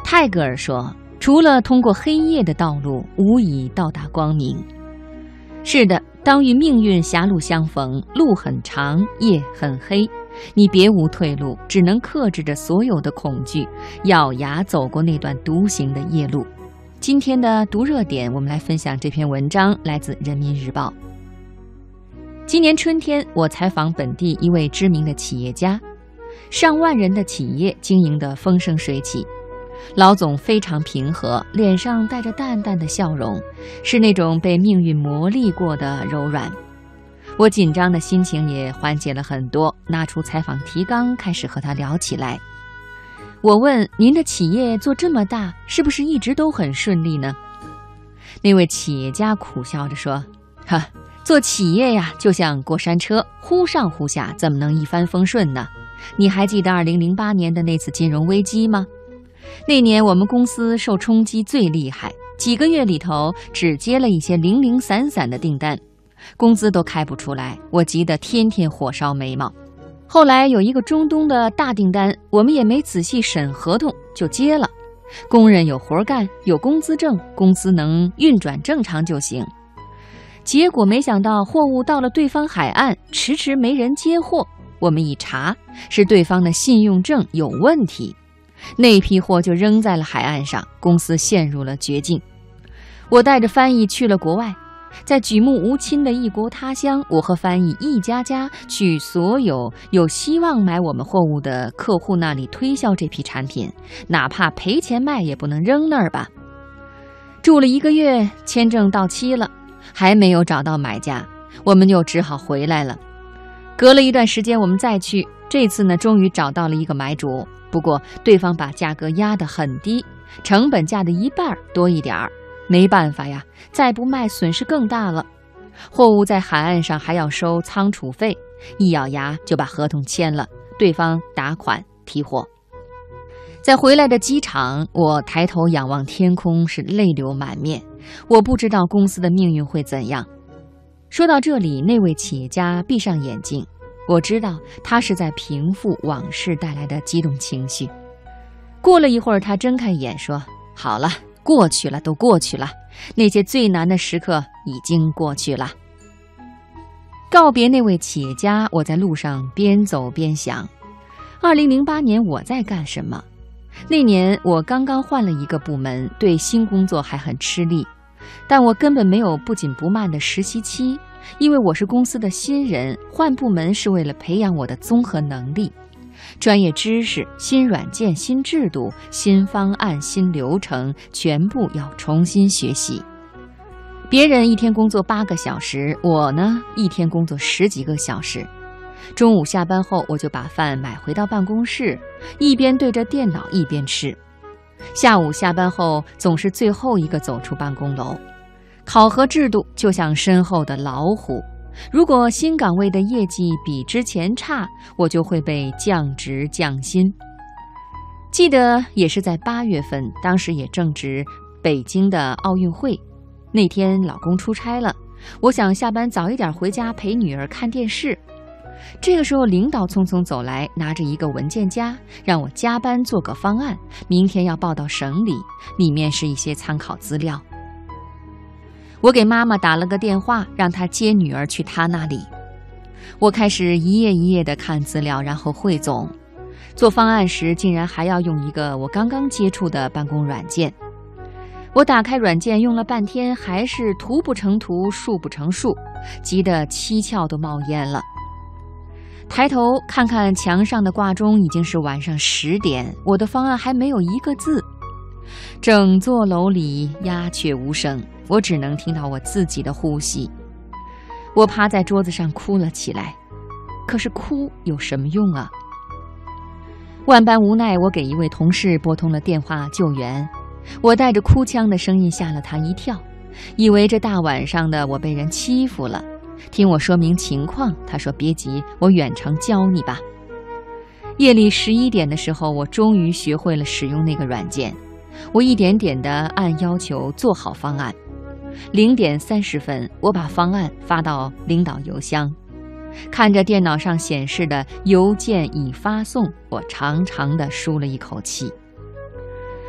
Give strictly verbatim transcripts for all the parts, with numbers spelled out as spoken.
泰戈尔说，除了通过黑夜的道路，无以到达光明。是的，当与命运狭路相逢，路很长，夜很黑，你别无退路，只能克制着所有的恐惧，咬牙走过那段独行的夜路。今天的读热点，我们来分享这篇文章，来自人民日报。今年春天，我采访本地一位知名的企业家，上万人的企业经营得风生水起，老总非常平和，脸上带着淡淡的笑容，是那种被命运磨砺过的柔软。我紧张的心情也缓解了很多，拿出采访提纲开始和他聊起来。我问，您的企业做这么大，是不是一直都很顺利呢？那位企业家苦笑着说，哈，做企业呀，就像过山车，忽上忽下，怎么能一帆风顺呢？你还记得二零零八年的那次金融危机吗？那年我们公司受冲击最厉害，几个月里头只接了一些零零散散的订单，工资都开不出来，我急得天天火烧眉毛。后来有一个中东的大订单，我们也没仔细审合同就接了，工人有活干，有工资挣，公司能运转正常就行。结果没想到货物到了对方海岸，迟迟没人接货，我们一查，是对方的信用证有问题，那批货就扔在了海岸上，公司陷入了绝境。我带着翻译去了国外，在举目无亲的异国他乡，我和翻译一家家去所有有希望买我们货物的客户那里推销这批产品，哪怕赔钱卖也不能扔那儿吧。住了一个月，签证到期了，还没有找到买家，我们就只好回来了。隔了一段时间我们再去，这次呢终于找到了一个买主，不过对方把价格压得很低，成本价的一半多一点儿。没办法呀，再不卖损失更大了。货物在海岸上还要收仓储费，一咬牙就把合同签了，对方打款提货。在回来的机场，我抬头仰望天空，是泪流满面。我不知道公司的命运会怎样。说到这里，那位企业家闭上眼睛，我知道他是在平复往事带来的激动情绪。过了一会儿，他睁开眼说，好了，过去了，都过去了，那些最难的时刻已经过去了。告别那位企业家，我在路上边走边想，二零零八年我在干什么？那年我刚刚换了一个部门，对新工作还很吃力，但我根本没有不紧不慢的实习期，因为我是公司的新人，换部门是为了培养我的综合能力。专业知识、新软件、新制度、新方案、新流程，全部要重新学习。别人一天工作八个小时，我呢一天工作十几个小时。中午下班后，我就把饭买回到办公室，一边对着电脑一边吃。下午下班后，总是最后一个走出办公楼。考核制度就像身后的老虎，如果新岗位的业绩比之前差，我就会被降职降薪。记得也是在八月份，当时也正值北京的奥运会。那天老公出差了，我想下班早一点回家陪女儿看电视。这个时候领导匆匆走来，拿着一个文件夹，让我加班做个方案，明天要报到省里，里面是一些参考资料。我给妈妈打了个电话，让她接女儿去她那里。我开始一页一页地看资料，然后汇总。做方案时竟然还要用一个我刚刚接触的办公软件。我打开软件用了半天，还是图不成图，数不成数，急得七窍都冒烟了。抬头看看墙上的挂钟，已经是晚上十点，我的方案还没有一个字。整座楼里鸦雀无声，我只能听到我自己的呼吸。我趴在桌子上哭了起来，可是哭有什么用啊？万般无奈，我给一位同事拨通了电话救援。我带着哭腔的声音吓了他一跳，以为这大晚上的我被人欺负了。听我说明情况，他说别急，我远程教你吧。夜里十一点的时候，我终于学会了使用那个软件。我一点点地按要求做好方案。零点三十分，我把方案发到领导邮箱。看着电脑上显示的邮件已发送，我长长地舒了一口气。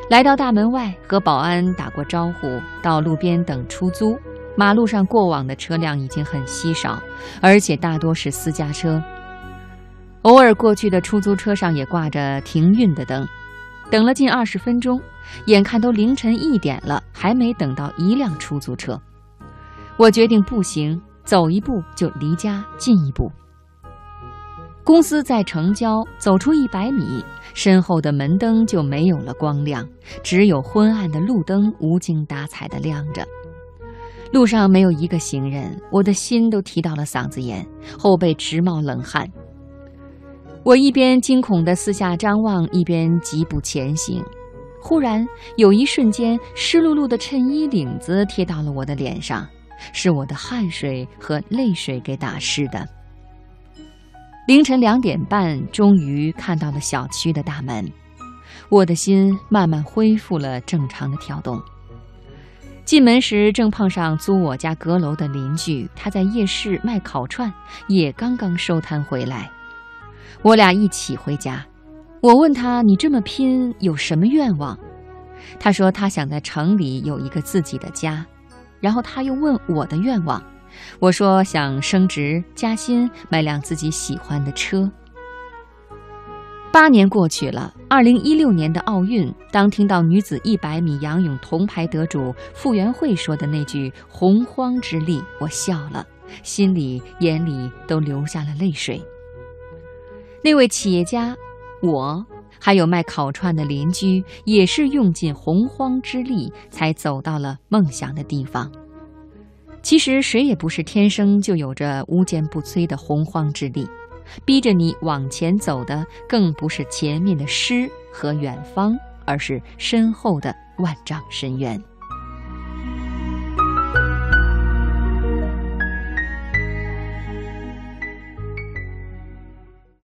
来到大门外，和保安打过招呼，到路边等出租。马路上过往的车辆已经很稀少，而且大多是私家车。偶尔过去的出租车上也挂着停运的灯。等了近二十分钟，眼看都凌晨一点了，还没等到一辆出租车。我决定步行，走一步就离家近一步。公司在城郊，走出一百米，身后的门灯就没有了光亮，只有昏暗的路灯无精打采地亮着。路上没有一个行人，我的心都提到了嗓子眼，后背直冒冷汗。我一边惊恐地四下张望，一边疾步前行。忽然有一瞬间，湿漉漉的衬衣领子贴到了我的脸上，是我的汗水和泪水给打湿的。凌晨两点半，终于看到了小区的大门，我的心慢慢恢复了正常的跳动。进门时正碰上租我家阁楼的邻居，他在夜市卖烤串，也刚刚收摊回来。我俩一起回家，我问他，你这么拼有什么愿望？他说他想在城里有一个自己的家。然后他又问我的愿望，我说想升职加薪，买辆自己喜欢的车。八年过去了，二零一六年的奥运，当听到女子一百米仰泳铜牌得主傅园慧说的那句洪荒之力，我笑了，心里眼里都流下了泪水。那位企业家，我还有卖烤串的邻居，也是用尽洪荒之力才走到了梦想的地方。其实谁也不是天生就有着无坚不摧的洪荒之力，逼着你往前走的更不是前面的诗和远方，而是身后的万丈深渊。